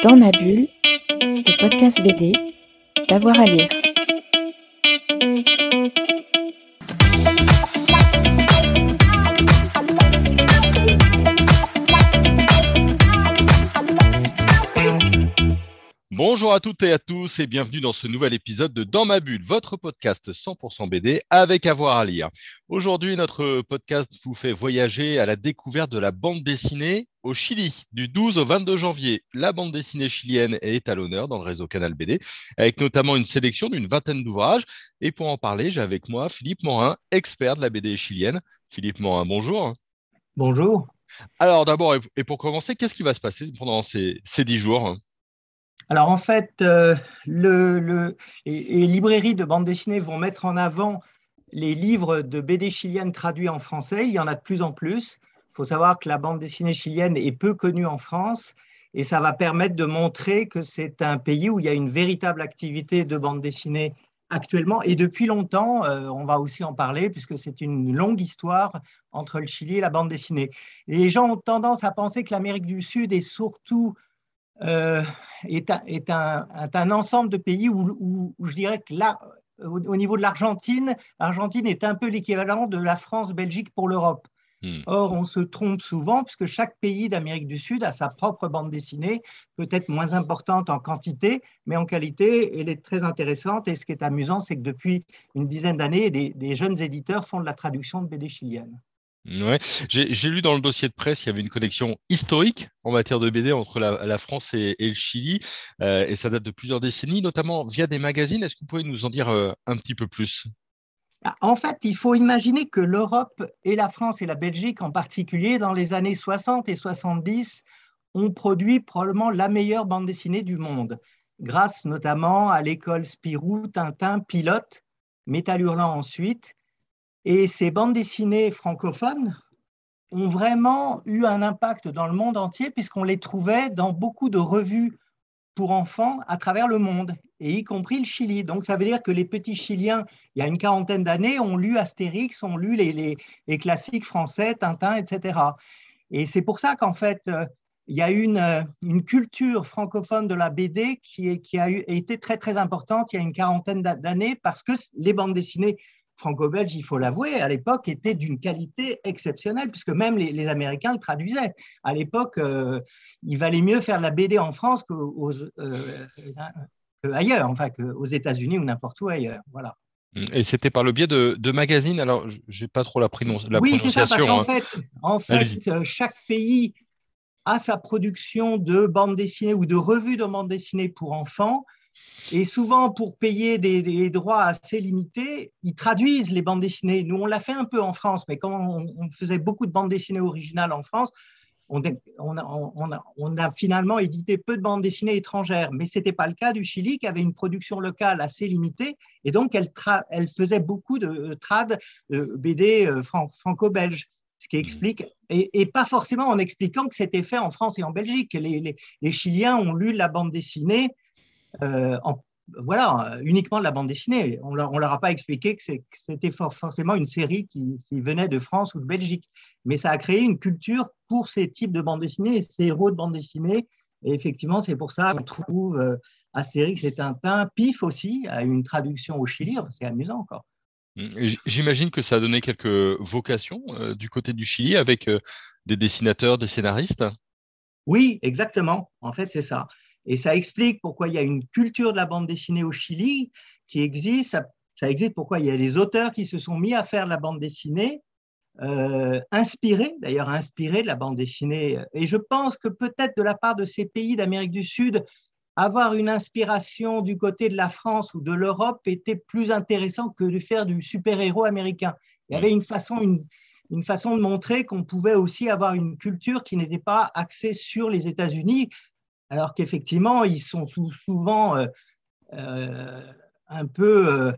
Dans ma bulle, le podcast BD, d'avoir à lire. Bonjour à toutes et à tous et bienvenue dans ce nouvel épisode de Dans ma bulle, votre podcast 100% BD avec avoir à lire. Aujourd'hui, notre podcast vous fait voyager à la découverte de la bande dessinée au Chili. Du 12 au 22 janvier, la bande dessinée chilienne est à l'honneur dans le réseau Canal BD, avec notamment une sélection d'une vingtaine d'ouvrages. Et pour en parler, j'ai avec moi Philippe Morin, expert de la BD chilienne. Philippe Morin, bonjour. Bonjour. Alors d'abord, et pour commencer, qu'est-ce qui va se passer pendant ces 10 jours ? Alors en fait, les librairies de bande dessinée vont mettre en avant les livres de BD chiliennes traduits en français. Il y en a de plus en plus. Il faut savoir que la bande dessinée chilienne est peu connue en France et ça va permettre de montrer que c'est un pays où il y a une véritable activité de bande dessinée actuellement et depuis longtemps. On va aussi en parler puisque c'est une longue histoire entre le Chili et la bande dessinée. Et les gens ont tendance à penser que l'Amérique du Sud est surtout est un ensemble de pays où je dirais que là, au niveau de l'Argentine, l'Argentine est un peu l'équivalent de la France-Belgique pour l'Europe. Or, on se trompe souvent puisque chaque pays d'Amérique du Sud a sa propre bande dessinée, peut-être moins importante en quantité, mais en qualité, elle est très intéressante. Et ce qui est amusant, c'est que depuis une dizaine d'années, des jeunes éditeurs font de la traduction de BD chilienne. Ouais. J'ai lu dans le dossier de presse qu'il y avait une connexion historique en matière de BD entre la France et le Chili, et ça date de plusieurs décennies, notamment via des magazines. Est-ce que vous pouvez nous en dire un petit peu plus ? En fait, il faut imaginer que l'Europe et la France et la Belgique en particulier, dans les années 60 et 70, ont produit probablement la meilleure bande dessinée du monde, grâce notamment à l'école Spirou, Tintin, Pilote, Métal Hurlant ensuite. Et ces bandes dessinées francophones ont vraiment eu un impact dans le monde entier puisqu'on les trouvait dans beaucoup de revues pour enfants à travers le monde, et y compris le Chili. Donc, ça veut dire que les petits Chiliens, il y a une quarantaine d'années, ont lu Astérix, ont lu les classiques français, Tintin, etc. Et c'est pour ça qu'en fait, il y a une culture francophone de la BD qui a été très, très importante il y a une quarantaine d'années parce que les bandes dessinées franco-belges, il faut l'avouer, à l'époque, étaient d'une qualité exceptionnelle, puisque même les Américains le traduisaient. À l'époque, il valait mieux faire de la BD en France qu'ailleurs, enfin qu'aux États-Unis ou n'importe où ailleurs. Voilà. Et c'était par le biais de magazines. Alors, j'ai pas trop la Oui, c'est ça, parce prononciation. qu'en fait, chaque pays a sa production de bandes dessinées ou de revues de bandes dessinées pour enfants. Et souvent, pour payer des droits assez limités, ils traduisent les bandes dessinées. Nous, on l'a fait un peu en France, mais quand on faisait beaucoup de bandes dessinées originales en France, on a finalement édité peu de bandes dessinées étrangères. Mais ce n'était pas le cas du Chili, qui avait une production locale assez limitée. Et donc, elle faisait beaucoup de trad BD franco-belge. Ce qui explique, et pas forcément en expliquant que c'était fait en France et en Belgique. Les Chiliens ont lu la bande dessinée uniquement de la bande dessinée. On leur a pas expliqué que c'était forcément une série qui venait de France ou de Belgique. Mais ça a créé une culture pour ces types de bandes dessinées et ces héros de bande dessinée. Et effectivement, c'est pour ça qu'on trouve Astérix et Tintin. Pif aussi a une traduction au Chili. C'est amusant encore. J'imagine que ça a donné quelques vocations du côté du Chili avec des dessinateurs, des scénaristes. Oui, exactement. En fait, c'est ça. Et ça explique pourquoi il y a une culture de la bande dessinée au Chili qui existe. Ça existe pourquoi il y a des auteurs qui se sont mis à faire de la bande dessinée, inspirés de la bande dessinée. Et je pense que peut-être de la part de ces pays d'Amérique du Sud, avoir une inspiration du côté de la France ou de l'Europe était plus intéressant que de faire du super-héros américain. Il y avait une façon de montrer qu'on pouvait aussi avoir une culture qui n'était pas axée sur les États-Unis, alors qu'effectivement, ils sont souvent un peu,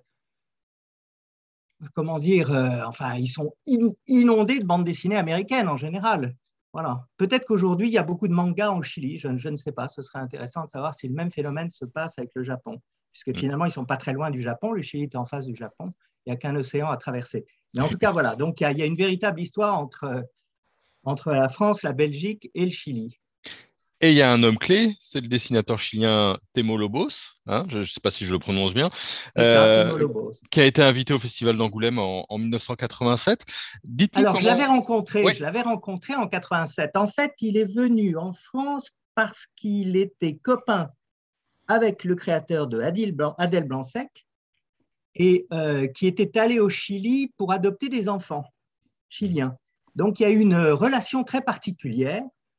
ils sont inondés de bandes dessinées américaines en général. Voilà. Peut-être qu'aujourd'hui, il y a beaucoup de mangas au Chili, je ne sais pas, ce serait intéressant de savoir si le même phénomène se passe avec le Japon, puisque finalement, ils ne sont pas très loin du Japon, le Chili est en face du Japon, il n'y a qu'un océan à traverser. Mais en tout cas, voilà, donc il y a une véritable histoire entre la France, la Belgique et le Chili. Et il y a un homme clé, c'est le dessinateur chilien Temo Lobos, hein, je ne sais pas si je le prononce bien, C'est ça, Timo euh, Lobos. qui a été invité au Festival d'Angoulême en 1987. Dites-nous Alors, comment... je Ouais. l'avais rencontré en 87. En fait, il est venu en France parce qu'il était copain avec le créateur de Adèle Blanc-Sec et qui était allé au Chili pour adopter des enfants chiliens. Donc, il y a eu une relation très particulière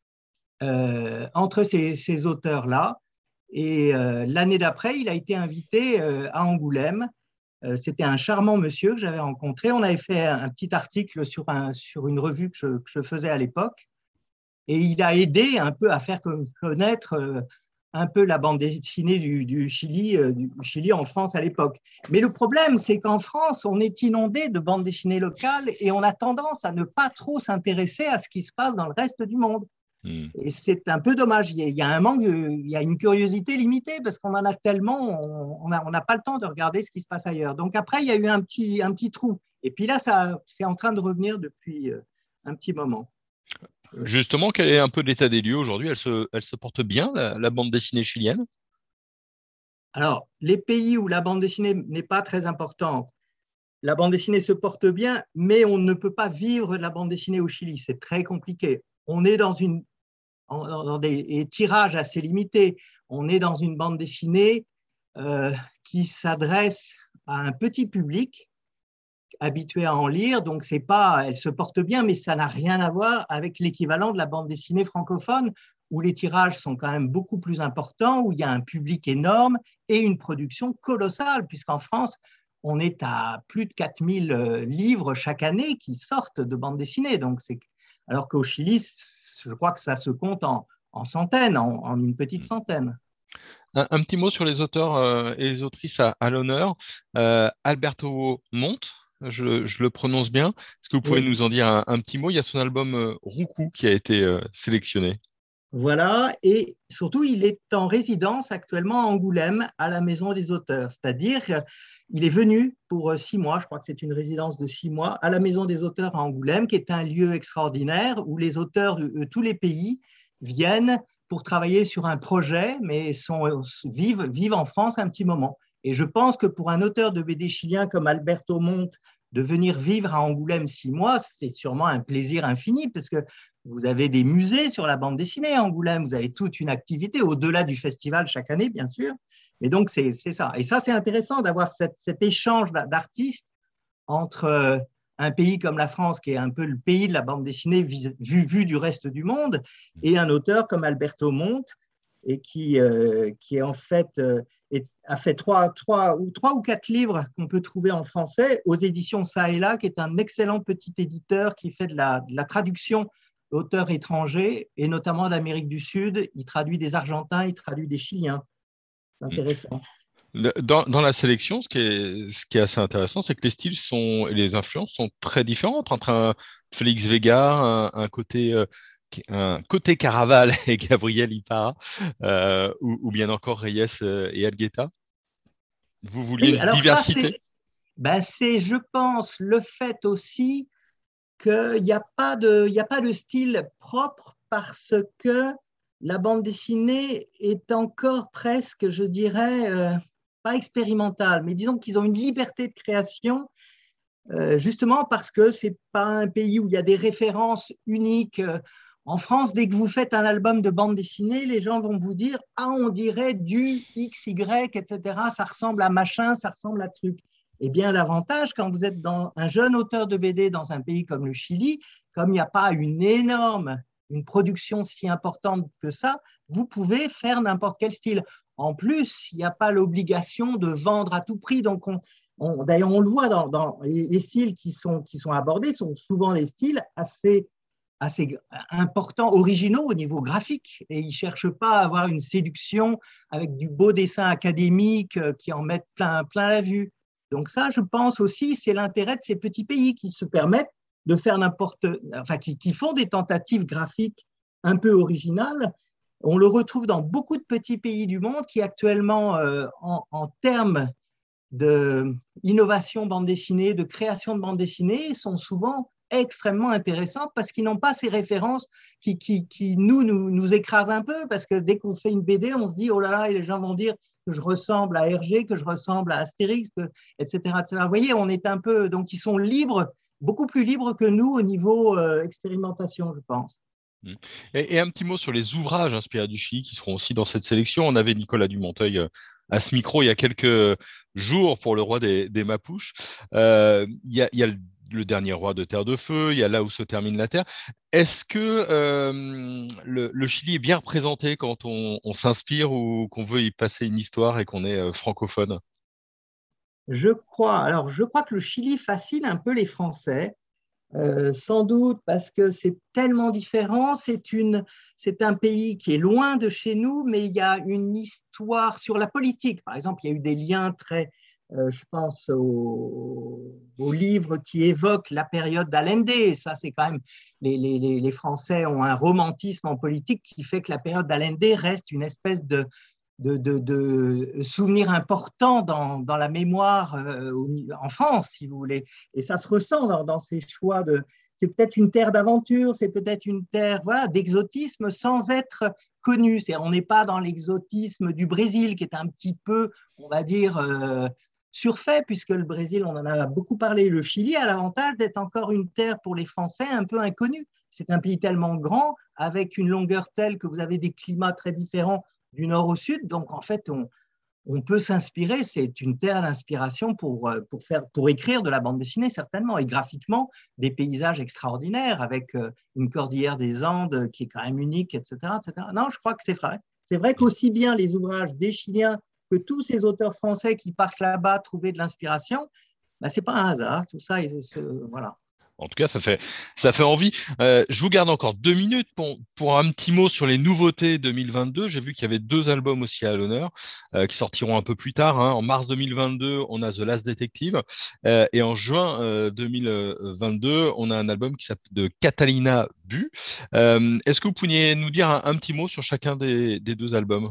entre ces auteurs-là. Et l'année d'après, il a été invité à Angoulême. C'était un charmant monsieur que j'avais rencontré. On avait fait un petit article sur une revue que je faisais à l'époque. Et il a aidé un peu à faire connaître un peu la bande dessinée du Chili en France à l'époque. Mais le problème, c'est qu'en France, on est inondé de bandes dessinées locales et on a tendance à ne pas trop s'intéresser à ce qui se passe dans le reste du monde. Hmm. Et c'est un peu dommage. Il y a un manque, il y a une curiosité limitée parce qu'on en a tellement, on n'a pas le temps de regarder ce qui se passe ailleurs. Donc après, il y a eu un petit trou. Et puis là, c'est en train de revenir depuis un petit moment. Justement, quel est un peu l'état des lieux aujourd'hui? Elle se porte bien, la bande dessinée chilienne? Alors, les pays où la bande dessinée n'est pas très importante, la bande dessinée se porte bien, mais on ne peut pas vivre de la bande dessinée au Chili. C'est très compliqué. On est dans des tirages assez limités. On est dans une bande dessinée qui s'adresse à un petit public habitué à en lire. Donc, c'est pas, elle se porte bien, mais ça n'a rien à voir avec l'équivalent de la bande dessinée francophone, où les tirages sont quand même beaucoup plus importants, où il y a un public énorme et une production colossale, puisqu'en France, on est à plus de 4000 livres chaque année qui sortent de bande dessinée. Donc, alors qu'au Chili, je crois que ça se compte en centaines, en une petite centaine. Un petit mot sur les auteurs et les autrices à l'honneur. Alberto Monte, je le prononce bien. Est-ce que vous pouvez Oui. nous en dire un petit mot? Il y a son album Roucou qui a été sélectionné. Voilà, et surtout, il est en résidence actuellement à Angoulême, à la Maison des auteurs. C'est-à-dire, il est venu pour 6 mois, je crois que c'est une résidence de 6 mois, à la Maison des auteurs à Angoulême, qui est un lieu extraordinaire où les auteurs de tous les pays viennent pour travailler sur un projet, mais vivent en France un petit moment. Et je pense que pour un auteur de BD chilien comme Alberto Monte, de venir vivre à Angoulême 6 mois, c'est sûrement un plaisir infini, parce que vous avez des musées sur la bande dessinée à Angoulême, vous avez toute une activité au-delà du festival chaque année, bien sûr. Et donc, c'est ça. Et ça, c'est intéressant d'avoir cet échange d'artistes entre un pays comme la France, qui est un peu le pays de la bande dessinée vu du reste du monde, et un auteur comme Alberto Monte, et qui est en fait a fait trois ou quatre livres qu'on peut trouver en français aux éditions Ça et Là, qui est un excellent petit éditeur qui fait de la traduction d'auteurs étrangers, et notamment d'Amérique du Sud. Il traduit des Argentins, il traduit des Chiliens. C'est intéressant. Dans la sélection, ce qui est assez intéressant, c'est que les styles et les influences sont très différentes entre un Félix Vega, un côté Caraval et Gabriel Ipara, ou bien encore Reyes et Algueta. Vous vouliez Oui, une alors ça, diversité? c'est, je pense, le fait aussi qu'il n'y a pas de style propre parce que la bande dessinée est encore presque, je dirais, pas expérimentale, mais disons qu'ils ont une liberté de création, justement parce que ce n'est pas un pays où il y a des références uniques. En France, dès que vous faites un album de bande dessinée, les gens vont vous dire « Ah, on dirait du X, Y, etc. Ça ressemble à machin, ça ressemble à truc. » Eh bien, l'avantage, quand vous êtes un jeune auteur de BD dans un pays comme le Chili, comme il n'y a pas une production si importante que ça, vous pouvez faire n'importe quel style. En plus, il n'y a pas l'obligation de vendre à tout prix. Donc, d'ailleurs, on le voit dans les styles qui sont abordés, sont souvent les styles assez importants, originaux au niveau graphique. Et ils ne cherchent pas à avoir une séduction avec du beau dessin académique qui en mettent plein la vue. Donc ça, je pense aussi, c'est l'intérêt de ces petits pays qui se permettent de faire qui font des tentatives graphiques un peu originales. On le retrouve dans beaucoup de petits pays du monde qui actuellement, en termes d'innovation bande dessinée, de création de bande dessinée, sont souvent extrêmement intéressants parce qu'ils n'ont pas ces références qui nous écrasent un peu, parce que dès qu'on fait une BD, on se dit, oh là là, et les gens vont dire que je ressemble à Hergé, que je ressemble à Astérix, etc., etc. Vous voyez, on est un peu… Donc, ils sont libres, beaucoup plus libres que nous au niveau expérimentation, je pense. Et un petit mot sur les ouvrages inspirés du Chili qui seront aussi dans cette sélection. On avait Nicolas Dumonteuil à ce micro il y a quelques jours pour le roi des Mapuches. Il y a le dernier roi de Terre de Feu, il y a Là où se termine la Terre. Est-ce que le Chili est bien représenté quand on s'inspire ou qu'on veut y passer une histoire et qu'on est francophone? Je crois que le Chili fascine un peu les Français. Sans doute parce que c'est tellement différent. C'est un pays qui est loin de chez nous, mais il y a une histoire sur la politique. Par exemple, il y a eu des liens très, je pense au livre qui évoque la période d'Allende. Et ça, c'est quand même, les Français ont un romantisme en politique qui fait que la période d'Allende reste une espèce de souvenirs importants dans la mémoire en France, si vous voulez. Et ça se ressent dans ces choix de… C'est peut-être une terre d'aventure, c'est peut-être une terre d'exotisme sans être connu. On n'est pas dans l'exotisme du Brésil, qui est un petit peu, on va dire, surfait, puisque le Brésil, on en a beaucoup parlé. Le Chili a l'avantage d'être encore une terre pour les Français un peu inconnue. C'est un pays tellement grand, avec une longueur telle que vous avez des climats très différents du nord au sud. Donc, en fait, on peut s'inspirer. C'est une terre d'inspiration pour écrire de la bande dessinée, certainement. Et graphiquement, des paysages extraordinaires avec une cordillère des Andes qui est quand même unique, etc., etc. Non, je crois que c'est vrai. C'est vrai qu'aussi bien les ouvrages des Chiliens que tous ces auteurs français qui partent là-bas trouver de l'inspiration, ben, ce n'est pas un hasard. Tout ça, voilà. En tout cas, ça fait envie. Je vous garde encore 2 minutes pour un petit mot sur les nouveautés 2022. J'ai vu qu'il y avait 2 albums aussi à l'honneur qui sortiront un peu plus tard, hein. En mars 2022, on a The Last Detective et en juin 2022, on a un album qui s'appelle de Catalina Bu. Est-ce que vous pourriez nous dire un petit mot sur chacun des 2 albums?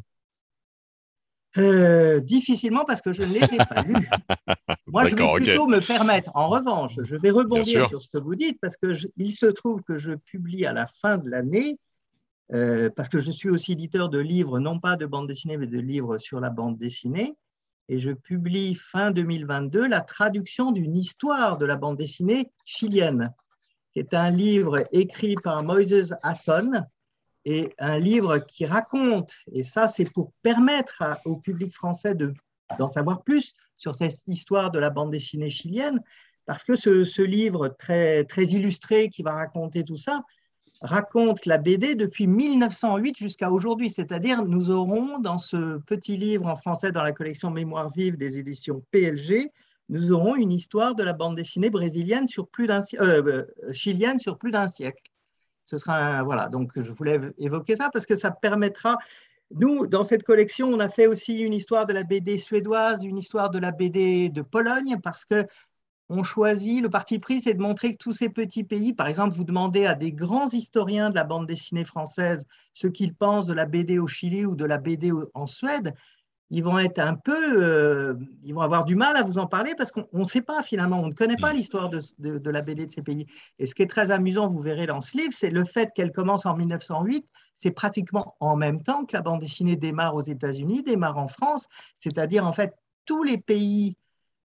Difficilement parce que je ne les ai pas lus. Moi, je vais D'accord, ok, plutôt me permettre, en revanche, je vais bien rebondir sûr. sur ce que vous dites parce qu'il se trouve que je publie à la fin de l'année, parce que je suis aussi éditeur de livres, non pas de bande dessinée, mais de livres sur la bande dessinée, et je publie fin 2022 la traduction d'une histoire de la bande dessinée chilienne, qui est un livre écrit par Moises Hasson, et un livre qui raconte, et ça c'est pour permettre au public français d'en savoir plus sur cette histoire de la bande dessinée chilienne, parce que ce livre très, très illustré qui va raconter tout ça, raconte la BD depuis 1908 jusqu'à aujourd'hui, c'est-à-dire nous aurons dans ce petit livre en français dans la collection Mémoire vive des éditions PLG, nous aurons une histoire de la bande dessinée brésilienne chilienne sur plus d'un siècle. Ce sera voilà, donc je voulais évoquer ça parce que ça permettra. Nous, dans cette collection, on a fait aussi une histoire de la BD suédoise, une histoire de la BD de Pologne, parce que on choisit, le parti pris, c'est de montrer que tous ces petits pays, par exemple, vous demandez à des grands historiens de la bande dessinée française ce qu'ils pensent de la BD au Chili ou de la BD en Suède, ils vont être ils vont avoir du mal à vous en parler parce qu'on ne sait pas finalement, on ne connaît pas l'histoire de la BD de ces pays. Et ce qui est très amusant, vous verrez dans ce livre, c'est le fait qu'elle commence en 1908, c'est pratiquement en même temps que la bande dessinée démarre aux États-Unis, démarre en France, c'est-à-dire en fait tous les pays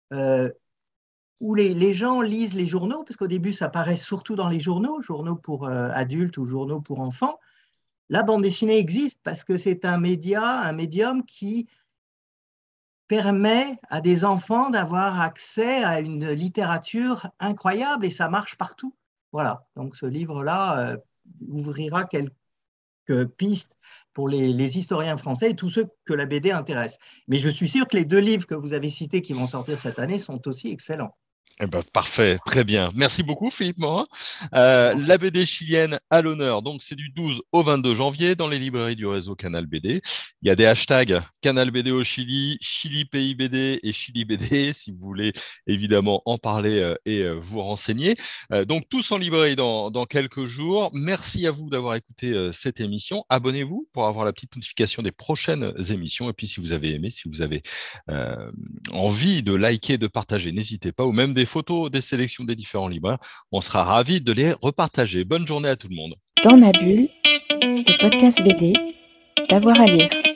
où les gens lisent les journaux, parce qu'au début ça paraît surtout dans les journaux pour adultes ou journaux pour enfants. La bande dessinée existe parce que c'est un médium qui permet à des enfants d'avoir accès à une littérature incroyable et ça marche partout. Voilà, donc ce livre-là ouvrira quelques pistes pour les historiens français et tous ceux que la BD intéresse. Mais je suis sûr que les 2 livres que vous avez cités qui vont sortir cette année sont aussi excellents. Eh ben, parfait, très bien. Merci beaucoup, Philippe Morin. La BD chilienne à l'honneur, donc c'est du 12 au 22 janvier dans les librairies du réseau Canal BD. Il y a des hashtags Canal BD au Chili, Chili Pays BD et Chili BD, si vous voulez évidemment en parler et vous renseigner. Donc tous en librairie dans quelques jours. Merci à vous d'avoir écouté cette émission. Abonnez-vous pour avoir la petite notification des prochaines émissions. Et puis si vous avez aimé, si vous avez envie de liker, de partager, n'hésitez pas, ou même des photos des sélections des différents libraires. On sera ravis de les repartager. Bonne journée à tout le monde. Dans ma bulle, le podcast BD, d'avoir à lire.